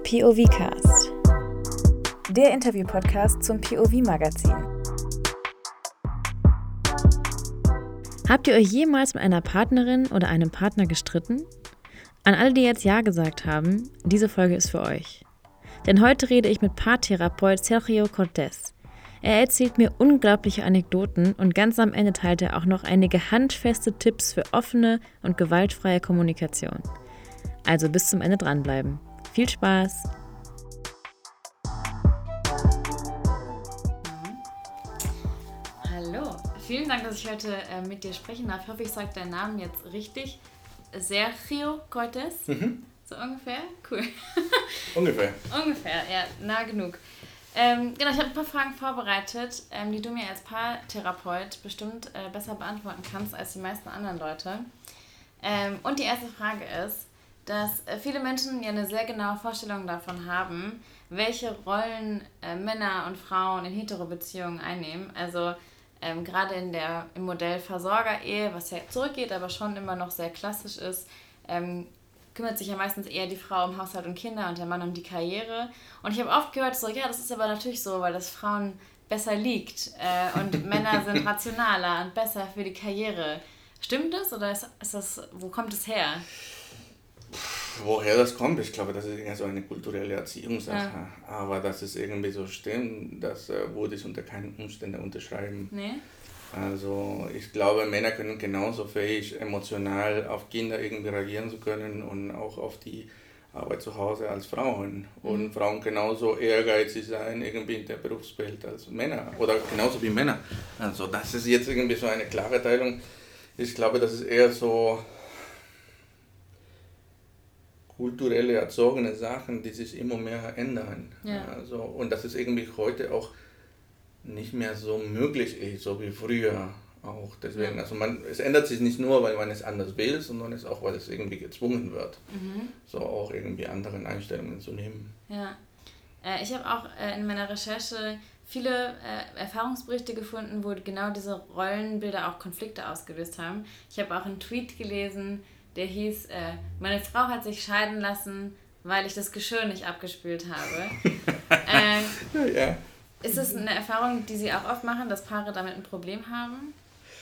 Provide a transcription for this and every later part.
POV-Cast, der Interview-Podcast zum POV-Magazin. Habt ihr euch jemals mit einer Partnerin oder einem Partner gestritten? An alle, die jetzt Ja gesagt haben, diese Folge ist für euch. Denn heute rede ich mit Paartherapeut Sergio Cortés. Er erzählt mir unglaubliche Anekdoten und ganz am Ende teilt er auch noch einige handfeste Tipps für offene und gewaltfreie Kommunikation. Also bis zum Ende dranbleiben. Viel Spaß! Hallo, vielen Dank, dass ich heute mit dir sprechen darf. Ich hoffe, ich sage deinen Namen jetzt richtig. Sergio Cortés, so ungefähr? Cool. Ungefähr, ja, nah genug. Genau, ich habe ein paar Fragen vorbereitet, die du mir als Paartherapeut bestimmt besser beantworten kannst als die meisten anderen Leute. Und die erste Frage ist, dass viele Menschen ja eine sehr genaue Vorstellung davon haben, welche Rollen Männer und Frauen in Hetero-Beziehungen einnehmen. Also gerade im Modell Versorger-Ehe, was ja zurückgeht, aber schon immer noch sehr klassisch ist, kümmert sich ja meistens eher die Frau um Haushalt und Kinder und der Mann um die Karriere. Und ich habe oft gehört, so, ja, das ist aber natürlich so, weil das Frauen besser liegt und Männer sind rationaler und besser für die Karriere. Stimmt das oder ist das, wo kommt es her? woher das kommt, ich glaube, das ist eher so eine kulturelle Erziehungssache. Ja. Aber dass es irgendwie so stimmt, das würde ich unter keinen Umständen unterschreiben. Nee? Also ich glaube, Männer können genauso fähig, emotional auf Kinder irgendwie reagieren zu können und auch auf die Arbeit zu Hause als Frauen. Und Frauen genauso ehrgeizig sein irgendwie in der Berufswelt als Männer oder genauso wie Männer. Also das ist jetzt irgendwie so eine klare Teilung. Ich glaube, das ist eher so kulturelle erzogene Sachen, die sich immer mehr ändern. Ja. Also, und das ist irgendwie heute auch nicht mehr so möglich ist, so wie früher auch. Deswegen, also es ändert sich nicht nur, weil man es anders will, sondern es auch, weil es irgendwie gezwungen wird, so auch irgendwie anderen Einstellungen zu nehmen. Ja, ich habe auch in meiner Recherche viele Erfahrungsberichte gefunden, wo genau diese Rollenbilder auch Konflikte ausgelöst haben. Ich habe auch einen Tweet gelesen, der hieß, meine Frau hat sich scheiden lassen, weil ich das Geschirr nicht abgespült habe. Ja. Ist das eine Erfahrung, die Sie auch oft machen, dass Paare damit ein Problem haben?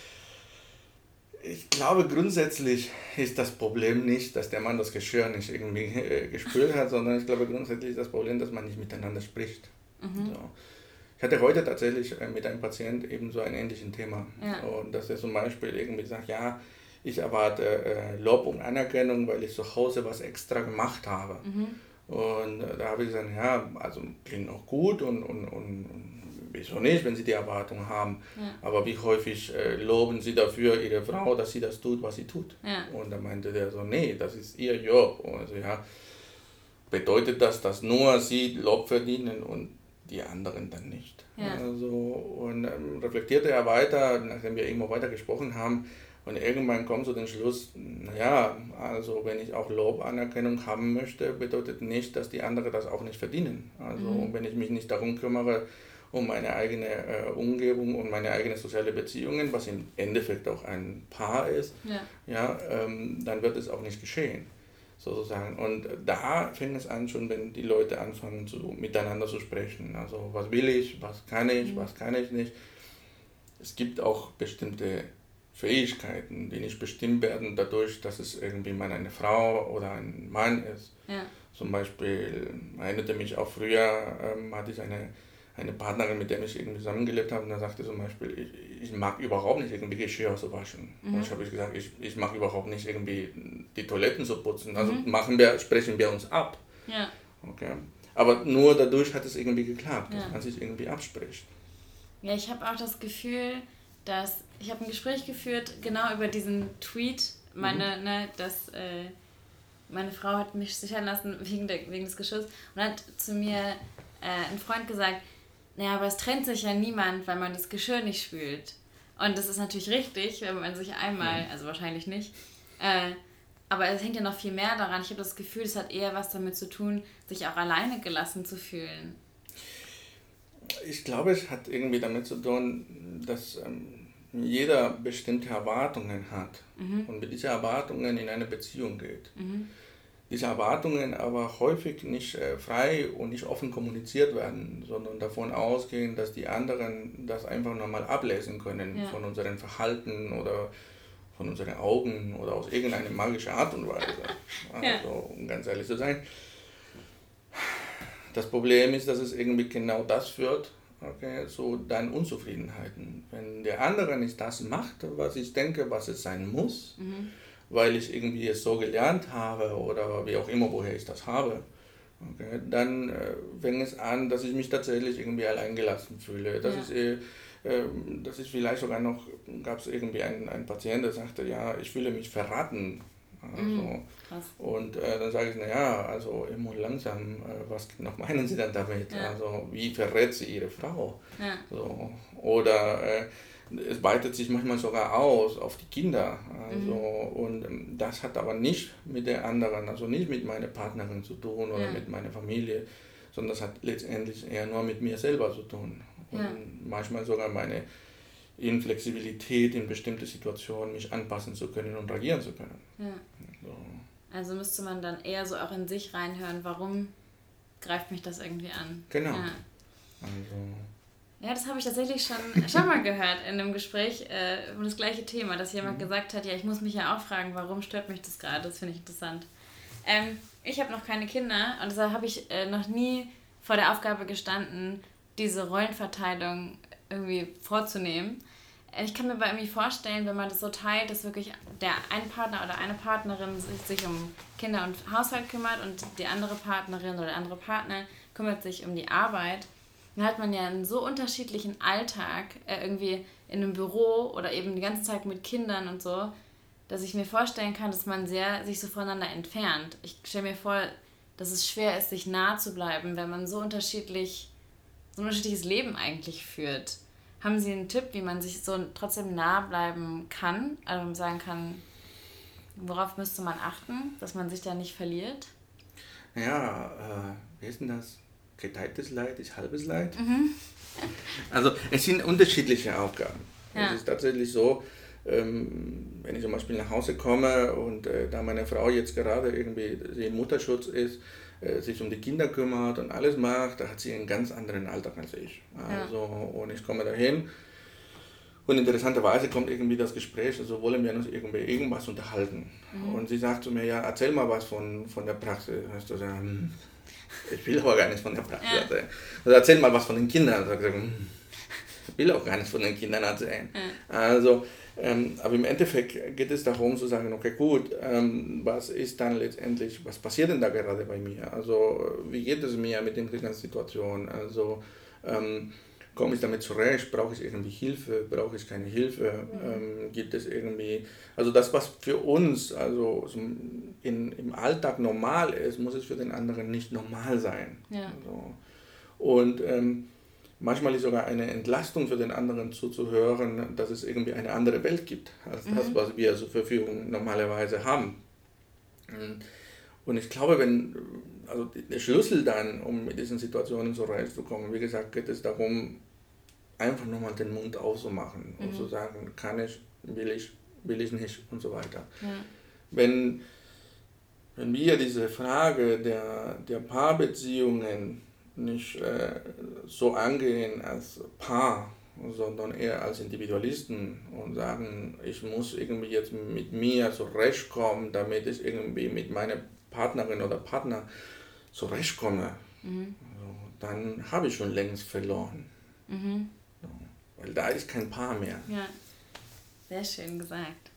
Ich glaube, grundsätzlich ist das Problem nicht, dass der Mann das Geschirr nicht irgendwie gespült hat, sondern ich glaube, grundsätzlich ist das Problem, dass man nicht miteinander spricht. So. Ich hatte heute tatsächlich mit einem Patienten eben so ein ähnliches Thema. Ja. Und dass er zum Beispiel irgendwie sagt, ja, ich erwarte Lob und Anerkennung, weil ich zu Hause was extra gemacht habe. Und da habe ich gesagt, ja, also klingt auch gut und wieso nicht, wenn Sie die Erwartung haben. Ja. Aber wie häufig loben Sie dafür Ihre Frau, dass sie das tut, was sie tut? Ja. Und da meinte der so, nee, das ist Ihr Job. Also ja, bedeutet das, dass nur Sie Lob verdienen und die anderen dann nicht? Ja. Also, und reflektierte er weiter, nachdem wir immer weiter gesprochen haben, und irgendwann kommt zu dem Schluss, naja, also wenn ich auch Lob, Anerkennung haben möchte, bedeutet nicht, dass die anderen das auch nicht verdienen. Also wenn ich mich nicht darum kümmere, um meine eigene Umgebung und meine eigenen sozialen Beziehungen, was im Endeffekt auch ein Paar ist, dann wird es auch nicht geschehen, sozusagen. Und da fängt es an schon, wenn die Leute anfangen, miteinander zu sprechen. Also was will ich, was kann ich nicht. Es gibt auch bestimmte Fähigkeiten, die nicht bestimmt werden dadurch, dass es irgendwie mal eine Frau oder ein Mann ist. Ja. Zum Beispiel erinnerte mich auch früher, hatte ich eine Partnerin, mit der ich irgendwie zusammengelebt habe, und da sagte zum Beispiel, ich mag überhaupt nicht irgendwie Geschirr zu waschen. Und ich habe gesagt, ich mag überhaupt nicht irgendwie die Toiletten zu putzen. Also sprechen wir uns ab. Ja. Okay. Aber nur dadurch hat es irgendwie geklappt, dass man sich irgendwie abspricht. Ja, ich habe auch das Gefühl, dass ich habe ein Gespräch geführt, genau über diesen Tweet, dass meine Frau hat mich sichern lassen wegen des Geschirrs, und hat zu mir ein Freund gesagt, naja, aber es trennt sich ja niemand, weil man das Geschirr nicht spült. Und das ist natürlich richtig, wenn man sich einmal, also wahrscheinlich nicht, aber es hängt ja noch viel mehr daran. Ich habe das Gefühl, es hat eher was damit zu tun, sich auch alleine gelassen zu fühlen. Ich glaube, es hat irgendwie damit zu tun, dass jeder bestimmte Erwartungen hat und mit diesen Erwartungen in eine Beziehung geht. diese Erwartungen aber häufig nicht frei und nicht offen kommuniziert werden, sondern davon ausgehen, dass die anderen das einfach nochmal ablesen können von unserem Verhalten oder von unseren Augen oder aus irgendeiner magischen Art und Weise. Also, um ganz ehrlich zu sein. Das Problem ist, dass es irgendwie genau das führt, okay, so dann Unzufriedenheiten. Wenn der andere nicht das macht, was ich denke, was es sein muss, weil ich irgendwie es so gelernt habe oder wie auch immer, woher ich das habe, okay, dann fängt es an, dass ich mich tatsächlich irgendwie alleingelassen fühle. Das ist vielleicht sogar noch, gab es irgendwie einen Patienten, der sagte, ja, ich fühle mich verraten. Also, und dann sage ich, naja, also immer langsam, was genau meinen Sie denn damit? Also wie verrät sie Ihre Frau? So, oder es weitet sich manchmal sogar aus auf die Kinder. Also, und das hat aber nicht mit der anderen, also nicht mit meiner Partnerin zu tun oder mit meiner Familie, sondern das hat letztendlich eher nur mit mir selber zu tun. Und manchmal sogar meine Inflexibilität in bestimmte Situationen, mich anpassen zu können und reagieren zu können. So. Also müsste man dann eher so auch in sich reinhören, warum greift mich das irgendwie an? Genau. Ja, das habe ich tatsächlich schon mal gehört in einem Gespräch um das gleiche Thema, dass jemand gesagt hat, ja, ich muss mich ja auch fragen, warum stört mich das gerade? Das finde ich interessant. Ich habe noch keine Kinder und deshalb habe ich noch nie vor der Aufgabe gestanden, diese Rollenverteilung irgendwie vorzunehmen. Ich kann mir aber irgendwie vorstellen, wenn man das so teilt, dass wirklich der ein Partner oder eine Partnerin sich um Kinder und Haushalt kümmert und die andere Partnerin oder der andere Partner kümmert sich um die Arbeit, dann hat man ja einen so unterschiedlichen Alltag irgendwie in einem Büro oder eben die ganze Zeit mit Kindern und so, dass ich mir vorstellen kann, dass man sich so voneinander entfernt. Ich stelle mir vor, dass es schwer ist, sich nah zu bleiben, wenn man so ein unterschiedliches Leben eigentlich führt. Haben Sie einen Tipp, wie man sich so trotzdem nah bleiben kann? Also sagen kann, worauf müsste man achten, dass man sich da nicht verliert? Ja, wie ist denn das? Geteiltes Leid ist halbes Leid. Also es sind unterschiedliche Aufgaben. Es ist tatsächlich so, wenn ich zum Beispiel nach Hause komme und da meine Frau jetzt gerade irgendwie im Mutterschutz ist, sich um die Kinder kümmert und alles macht, da hat sie einen ganz anderen Alltag als ich. Also, und ich komme dahin und interessanterweise kommt irgendwie das Gespräch, also wollen wir uns irgendwas unterhalten. Und sie sagt zu mir, ja, erzähl mal was von der Praxis. Also, ich will aber gar nichts von der Praxis erzählen. Also erzähl mal was von den Kindern. Also, ich will auch gar nichts von den Kindern erzählen. Also, aber im Endeffekt geht es darum zu sagen, okay, gut, was ist dann letztendlich, was passiert denn da gerade bei mir? Also, wie geht es mir mit den Situationen? Also, komme ich damit zurecht? Brauche ich irgendwie Hilfe? Brauche ich keine Hilfe? Gibt es irgendwie, also das, was für uns also im Alltag normal ist, muss es für den anderen nicht normal sein. Also, und manchmal ist sogar eine Entlastung für den anderen zuzuhören, dass es irgendwie eine andere Welt gibt, als das, was wir zur Verfügung normalerweise haben. Und ich glaube, also der Schlüssel dann, um mit diesen Situationen zurechtzukommen, wie gesagt, geht es darum, einfach nochmal den Mund aufzumachen und zu sagen, kann ich, will ich nicht und so weiter. Wenn wir diese Frage der Paarbeziehungen nicht so angehen als Paar, sondern eher als Individualisten und sagen, ich muss irgendwie jetzt mit mir zurechtkommen, damit ich irgendwie mit meiner Partnerin oder Partner zurechtkomme, also, dann habe ich schon längst verloren. So, weil da ist kein Paar mehr. Ja, sehr schön gesagt.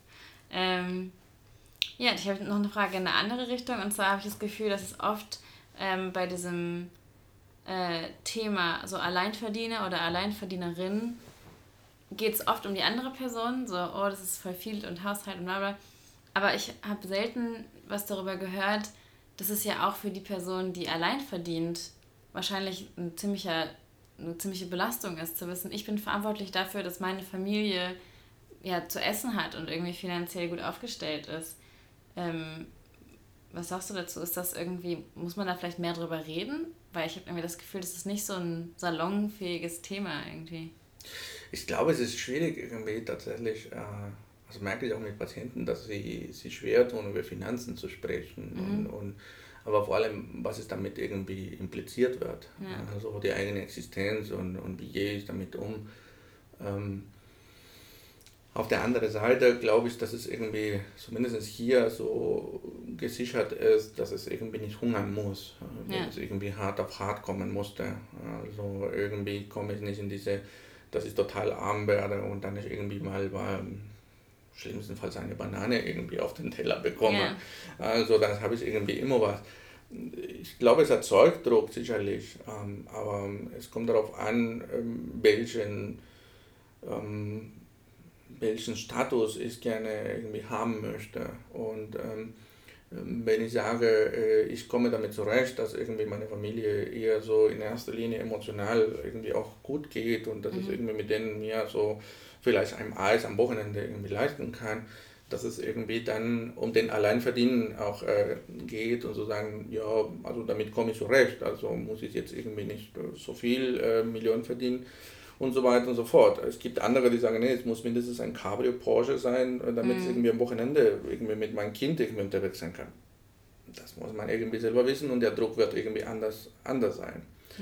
Ja, ich habe noch eine Frage in eine andere Richtung, und zwar habe ich das Gefühl, dass es oft bei diesem Thema so Alleinverdiener oder Alleinverdienerin geht es oft um die andere Person, so, oh, das ist voll viel und Haushalt und bla bla. Aber ich habe selten was darüber gehört, dass es ja auch für die Person, die allein verdient, wahrscheinlich eine ziemliche Belastung ist, zu wissen, ich bin verantwortlich dafür, dass meine Familie ja zu essen hat und irgendwie finanziell gut aufgestellt ist. Was sagst du dazu? Ist das irgendwie, muss man da vielleicht mehr drüber reden? Weil ich habe irgendwie das Gefühl, das ist nicht so ein salonfähiges Thema irgendwie. Ich glaube, es ist schwierig irgendwie tatsächlich, das merke ich auch mit Patienten, dass sie sich schwer tun, über Finanzen zu sprechen aber vor allem, was es damit irgendwie impliziert wird. Ja. Also die eigene Existenz und wie gehe ich damit um. Auf der anderen Seite glaube ich, dass es irgendwie, zumindest hier so gesichert ist, dass es irgendwie nicht hungern muss, wenn es irgendwie hart auf hart kommen musste. Also irgendwie komme ich nicht in diese, dass ich total arm werde und dann nicht irgendwie mal schlimmstenfalls eine Banane irgendwie auf den Teller bekomme. Yeah. Also dann habe ich irgendwie immer was. Ich glaube, es erzeugt Druck sicherlich, aber es kommt darauf an, welchen Status ich gerne irgendwie haben möchte. Und wenn ich sage, ich komme damit zurecht, dass irgendwie meine Familie eher so in erster Linie emotional irgendwie auch gut geht und dass ich irgendwie mit denen mir so vielleicht ein Eis am Wochenende irgendwie leisten kann, dass es irgendwie dann um den Alleinverdienen auch geht und so sagen, ja, also damit komme ich zurecht, also muss ich jetzt irgendwie nicht so viel Millionen verdienen und so weiter und so fort. Es gibt andere, die sagen, nee, es muss mindestens ein Cabrio Porsche sein, damit ich irgendwie am Wochenende irgendwie mit meinem Kind irgendwie unterwegs sein kann. Das muss man irgendwie selber wissen und der Druck wird irgendwie anders sein.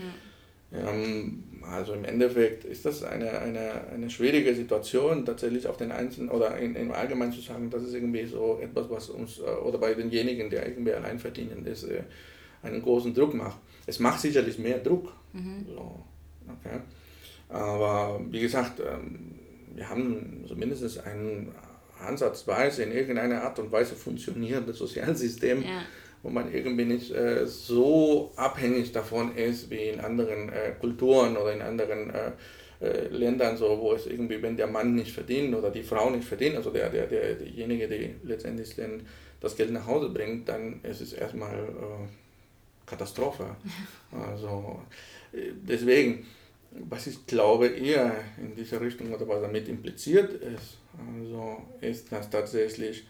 Also im Endeffekt ist das eine schwierige Situation, tatsächlich auf den Einzelnen oder im Allgemeinen zu sagen, das ist irgendwie so etwas, was uns oder bei denjenigen, der irgendwie alleinverdienend ist, einen großen Druck macht. Es macht sicherlich mehr Druck. So, okay. Aber wie gesagt, wir haben zumindest ein ansatzweise in irgendeiner Art und Weise funktionierendes Sozialsystem, wo man irgendwie nicht so abhängig davon ist wie in anderen Kulturen oder in anderen Ländern, so, wo es irgendwie, wenn der Mann nicht verdient oder die Frau nicht verdient, also derjenige, der letztendlich das Geld nach Hause bringt, dann ist es erstmal Katastrophe. Also deswegen, was ich glaube eher in diese Richtung oder was damit impliziert ist, also ist das tatsächlich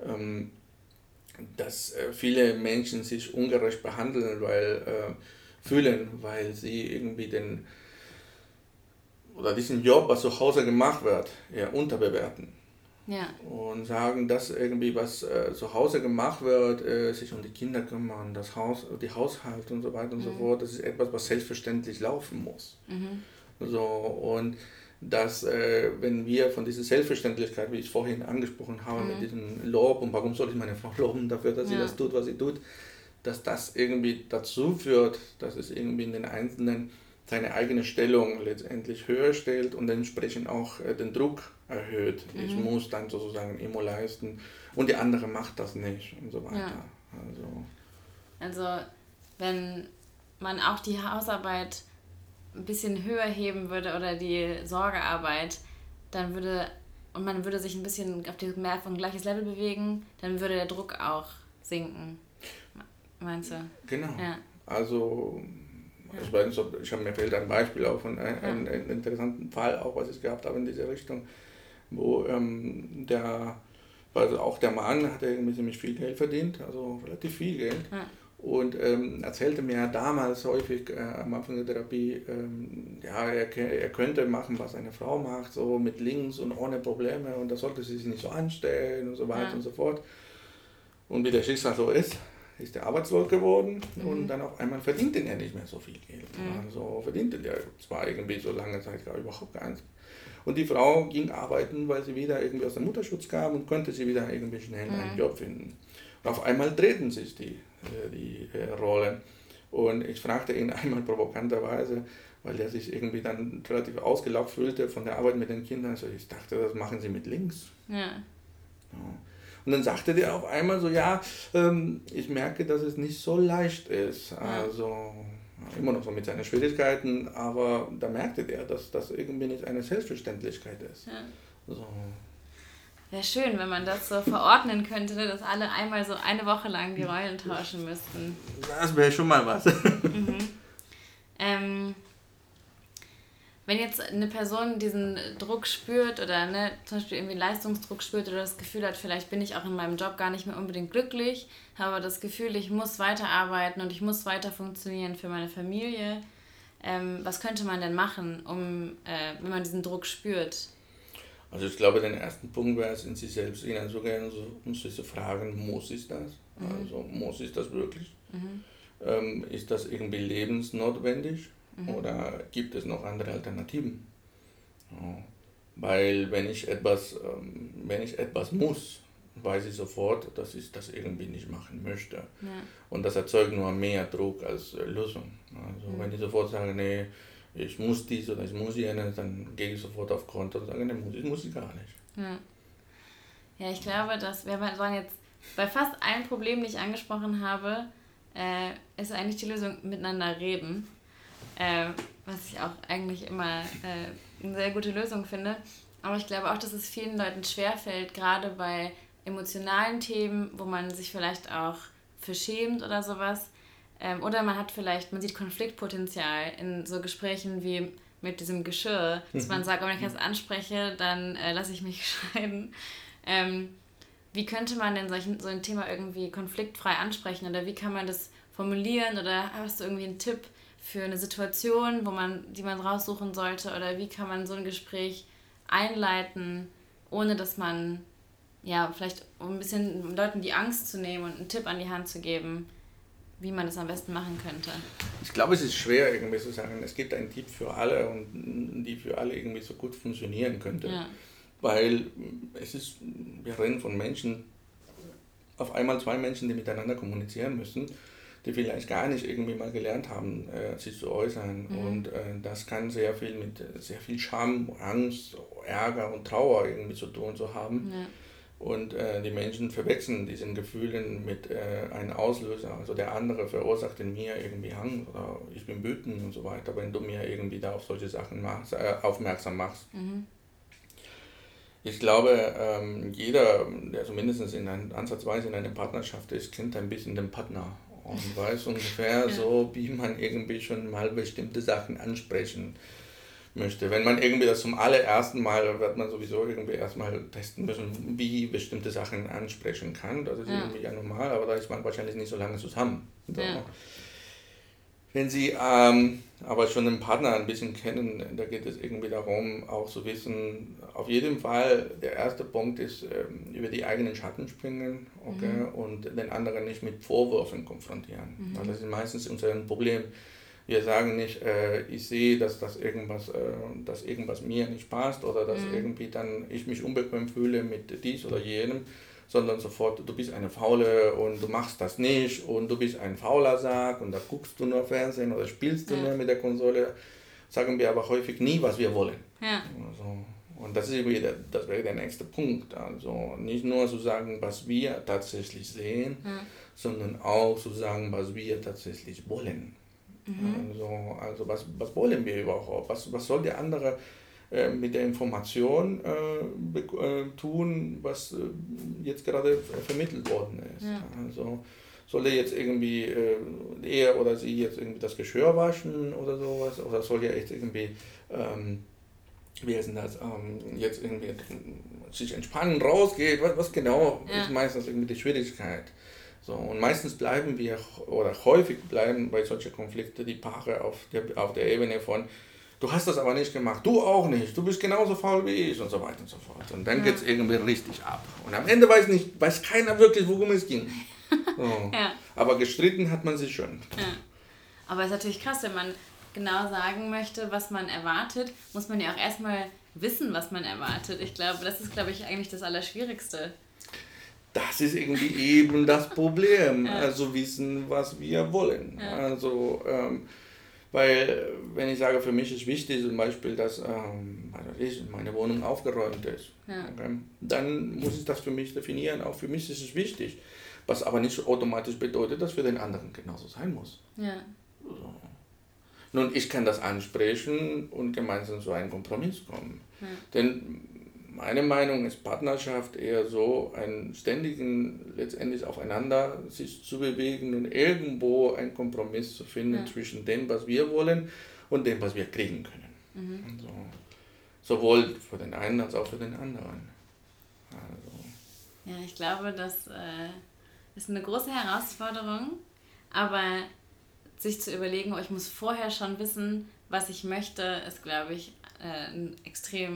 dass viele Menschen sich ungerecht behandeln, weil sie irgendwie diesen Job, was zu Hause gemacht wird, eher unterbewerten. Ja. Und sagen, dass irgendwie was zu Hause gemacht wird, sich um die Kinder kümmern, die Haushalt und so weiter und so fort, das ist etwas, was selbstverständlich laufen muss. So, und dass wenn wir von dieser Selbstverständlichkeit, wie ich vorhin angesprochen habe, mit diesem Lob und warum soll ich meine Frau loben dafür, dass sie das tut, was sie tut, dass das irgendwie dazu führt, dass es irgendwie in den Einzelnen seine eigene Stellung letztendlich höher stellt und entsprechend auch den Druck erhöht. Ich muss dann sozusagen immer leisten und die andere macht das nicht und so weiter. Ja. Also wenn man auch die Hausarbeit ein bisschen höher heben würde oder die Sorgearbeit, und man würde sich ein bisschen mehr auf ein gleiches Level bewegen, dann würde der Druck auch sinken. Meinst du? Genau. Ja. Also ich weiß nicht, mir fehlt ein Beispiel auch von einem interessanten Fall, auch was ich gehabt habe in diese Richtung, wo auch der Mann hat irgendwie ziemlich viel Geld verdient, also relativ viel Geld. Ja. Und erzählte mir damals häufig am Anfang der Therapie, er könnte machen, was eine Frau macht, so mit links und ohne Probleme und da sollte sie sich nicht so anstellen und so weiter und so fort. Und wie der Schicksal so ist er arbeitslos geworden und dann auf einmal verdiente er nicht mehr so viel Geld. Also verdiente er zwar irgendwie so lange Zeit gar überhaupt gar nichts. Und die Frau ging arbeiten, weil sie wieder irgendwie aus dem Mutterschutz kam und konnte sie wieder irgendwie schnell einen Job finden. Und auf einmal drehten sich die Rollen. Und ich fragte ihn einmal provokanterweise, weil er sich irgendwie dann relativ ausgelaugt fühlte von der Arbeit mit den Kindern. Also ich dachte, das machen sie mit links. Ja. Und dann sagte der auf einmal so, ich merke, dass es nicht so leicht ist. Also immer noch so mit seinen Schwierigkeiten, aber da merkte der, dass das irgendwie nicht eine Selbstverständlichkeit ist. Ja. So. Wäre schön, wenn man das so verordnen könnte, dass alle einmal so eine Woche lang die Rollen tauschen müssten. Das wäre schon mal was. Wenn jetzt eine Person diesen Druck spürt oder zum Beispiel irgendwie Leistungsdruck spürt oder das Gefühl hat, vielleicht bin ich auch in meinem Job gar nicht mehr unbedingt glücklich, habe aber das Gefühl, ich muss weiterarbeiten und ich muss weiter funktionieren für meine Familie. Was könnte man denn machen, wenn man diesen Druck spürt? Also ich glaube, den ersten Punkt wäre es in sich selbst hineinzugehen und sich zu fragen, muss ich das? Also muss ich das wirklich? Ist das irgendwie lebensnotwendig oder gibt es noch andere Alternativen? Ja. Weil wenn ich etwas muss, weiß ich sofort, dass ich das irgendwie nicht machen möchte. Ja. Und das erzeugt nur mehr Druck als Lösung. Also wenn ich sofort sage, nee, ich muss dies oder ich muss jenes, dann gehe ich sofort auf Konto und sage, nee, muss ich gar nicht. Ja. Ja, ich glaube, dass wir waren jetzt bei fast allen Problemen, die ich angesprochen habe, ist eigentlich die Lösung miteinander reden. Was ich auch eigentlich immer eine sehr gute Lösung finde. Aber ich glaube auch, dass es vielen Leuten schwerfällt, gerade bei emotionalen Themen, wo man sich vielleicht auch für schämt oder sowas. Oder man sieht Konfliktpotenzial in so Gesprächen wie mit diesem Geschirr, dass man sagt, wenn ich das anspreche, dann lasse ich mich scheiden. Wie könnte man denn so ein Thema irgendwie konfliktfrei ansprechen oder wie kann man das formulieren oder hast du irgendwie einen Tipp für eine Situation, die man raussuchen sollte oder wie kann man so ein Gespräch einleiten, ohne dass man, ja, vielleicht um ein bisschen Leuten die Angst zu nehmen und einen Tipp an die Hand zu geben, wie man das am besten machen wir. Ich glaube, es ist schwer irgendwie zu sagen, es gibt einen Tipp für alle und die für alle irgendwie so gut funktionieren könnte. Ja. Weil wir reden von Menschen, auf einmal zwei Menschen, die miteinander kommunizieren müssen, die vielleicht gar nicht irgendwie mal gelernt haben, sich zu äußern. Und das kann sehr viel mit sehr viel Scham, Angst, Ärger und Trauer irgendwie zu tun zu haben. Ja. Und die Menschen verwechseln diesen Gefühlen mit einem Auslöser. Also der andere verursacht in mir irgendwie Angst oder ich bin wütend und so weiter, wenn du mir irgendwie da auf solche Sachen aufmerksam machst. Ich glaube, jeder, der zumindest ansatzweise in einer Partnerschaft ist, kennt ein bisschen den Partner und weiß ungefähr so, wie man irgendwie schon mal bestimmte Sachen ansprechen möchte. Wenn man irgendwie das zum allerersten Mal, wird man sowieso irgendwie erstmal testen müssen, wie bestimmte Sachen ansprechen kann. Das ist irgendwie ja normal, aber da ist man wahrscheinlich nicht so lange zusammen. So. Ja. Wenn Sie aber schon den Partner ein bisschen kennen, da geht es irgendwie darum, auch zu wissen, auf jeden Fall, der erste Punkt ist, über die eigenen Schatten springen, okay, und den anderen nicht mit Vorwürfen konfrontieren. Weil das ist meistens unser Problem. Wir sagen nicht, ich sehe, dass irgendwas mir nicht passt oder dass irgendwie dann ich mich unbequem fühle mit dies oder jenem, sondern sofort, du bist eine Faule und du machst das nicht und du bist ein fauler Sack und da guckst du nur Fernsehen oder spielst du nur mit der Konsole, sagen wir aber häufig nie, was wir wollen. Ja. Also, und das wäre der nächste Punkt. Also nicht nur zu sagen, was wir tatsächlich sehen, sondern auch zu sagen, was wir tatsächlich wollen. Also was wollen wir überhaupt? Was soll der andere mit der Information tun, was jetzt gerade vermittelt worden ist. Ja. Also soll er jetzt irgendwie, er oder sie jetzt irgendwie das Geschirr waschen oder sowas, oder soll er jetzt irgendwie, wie heißt denn das, jetzt irgendwie sich entspannen, rausgeht, was genau ist meistens irgendwie die Schwierigkeit. So, und meistens bleiben wir, oder häufig bleiben bei solchen Konflikten die Paare auf der Ebene von, du hast das aber nicht gemacht, du auch nicht, du bist genauso faul wie ich und so weiter und so fort. Und dann geht es irgendwie richtig ab. Und am Ende weiß keiner wirklich, worum es ging. So. Ja. Aber gestritten hat man sich schon. Ja. Aber es ist natürlich krass, wenn man genau sagen möchte, was man erwartet, muss man ja auch erstmal wissen, was man erwartet. Ich glaube, das ist, eigentlich das Allerschwierigste. Das ist irgendwie eben das Problem. Also wissen, was wir wollen. Ja. Also, weil, wenn ich sage, für mich ist wichtig zum Beispiel, dass meine Wohnung aufgeräumt ist, okay, dann muss ich das für mich definieren. Auch für mich ist es wichtig. Was aber nicht automatisch bedeutet, dass für den anderen genauso sein muss. Ja. So. Nun, ich kann das ansprechen und gemeinsam zu einem Kompromiss kommen. Ja. Denn meine Meinung ist Partnerschaft eher so, ein ständigen, letztendlich aufeinander sich zu bewegen und irgendwo einen Kompromiss zu finden zwischen dem, was wir wollen und dem, was wir kriegen können. Also, sowohl für den einen als auch für den anderen. Also. Ja, ich glaube, das ist eine große Herausforderung, aber sich zu überlegen, ich muss vorher schon wissen, was ich möchte, ist, glaube ich, ein extrem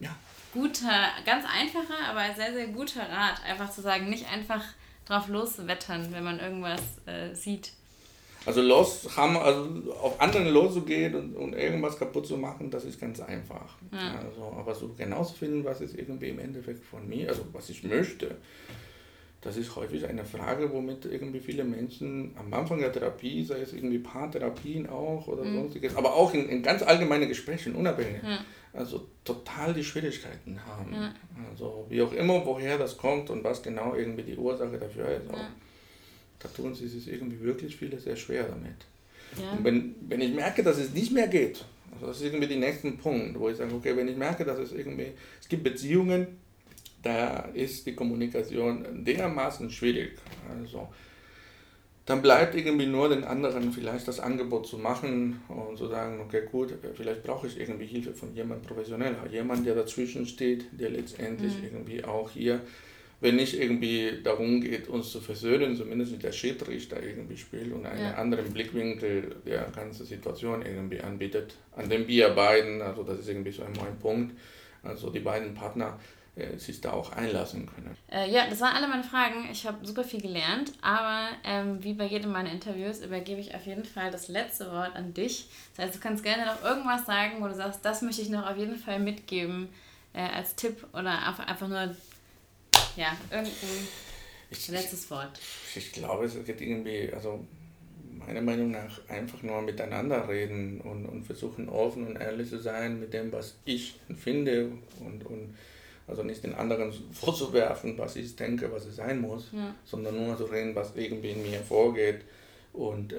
ganz einfacher, aber sehr, sehr guter Rat. Einfach zu sagen, nicht einfach drauf loswettern, wenn man irgendwas sieht. Also auf anderen loszugehen und irgendwas kaputt zu machen, das ist ganz einfach. Ja. Also, aber so genau zu finden, was ist irgendwie im Endeffekt von mir, also was ich möchte, das ist häufig eine Frage, womit irgendwie viele Menschen am Anfang der Therapie, sei es irgendwie Paartherapien auch oder sonstiges, aber auch in ganz allgemeinen Gesprächen, unabhängig, also total die Schwierigkeiten haben. Ja. Also wie auch immer, woher das kommt und was genau irgendwie die Ursache dafür ist. Auch, da tun sie sich irgendwie wirklich viele sehr schwer damit. Ja. Und wenn ich merke, dass es nicht mehr geht, also das ist irgendwie der nächste Punkt, wo ich sage, okay, wenn ich merke, dass es gibt Beziehungen, da ist die Kommunikation dermaßen schwierig. Also, dann bleibt irgendwie nur den anderen vielleicht das Angebot zu machen und zu sagen, okay gut, vielleicht brauche ich irgendwie Hilfe von jemandem professionell, jemand, der dazwischen steht, der letztendlich irgendwie auch hier, wenn nicht irgendwie darum geht, uns zu versöhnen, zumindest der Schiedsrichter irgendwie spielt und einen anderen Blickwinkel der ganzen Situation irgendwie anbietet, an dem wir beiden, also das ist irgendwie so ein Punkt, also die beiden Partner sich da auch einlassen können. Ja, das waren alle meine Fragen. Ich habe super viel gelernt, aber wie bei jedem meiner Interviews übergebe ich auf jeden Fall das letzte Wort an dich. Das heißt, du kannst gerne noch irgendwas sagen, wo du sagst, das möchte ich noch auf jeden Fall mitgeben als Tipp oder einfach nur irgendein letztes Wort. Ich glaube, es geht irgendwie, also meiner Meinung nach einfach nur miteinander reden und versuchen offen und ehrlich zu sein mit dem, was ich finde und also nicht den anderen vorzuwerfen, was ich denke, was es sein muss, sondern nur zu reden, was irgendwie in mir vorgeht und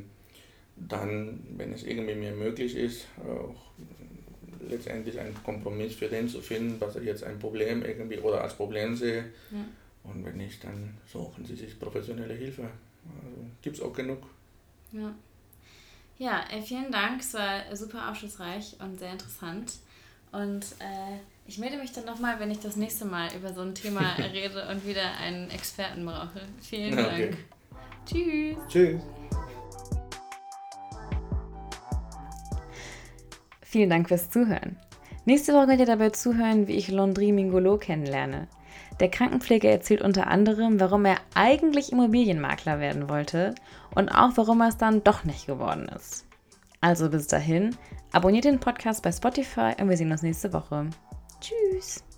dann, wenn es irgendwie mir möglich ist, auch letztendlich einen Kompromiss für den zu finden, was ich jetzt ein Problem irgendwie oder als Problem sehe. Und wenn nicht, dann suchen sie sich professionelle Hilfe. Also gibt es auch genug. Ja, vielen Dank. Es war super aufschlussreich und sehr interessant. Und ich melde mich dann nochmal, wenn ich das nächste Mal über so ein Thema rede und wieder einen Experten brauche. Vielen Dank. Tschüss. Tschüss. Vielen Dank fürs Zuhören. Nächste Woche könnt ihr dabei zuhören, wie ich Landry Mingolo kennenlerne. Der Krankenpfleger erzählt unter anderem, warum er eigentlich Immobilienmakler werden wollte und auch warum er es dann doch nicht geworden ist. Also bis dahin, abonniert den Podcast bei Spotify und wir sehen uns nächste Woche. Tschüss!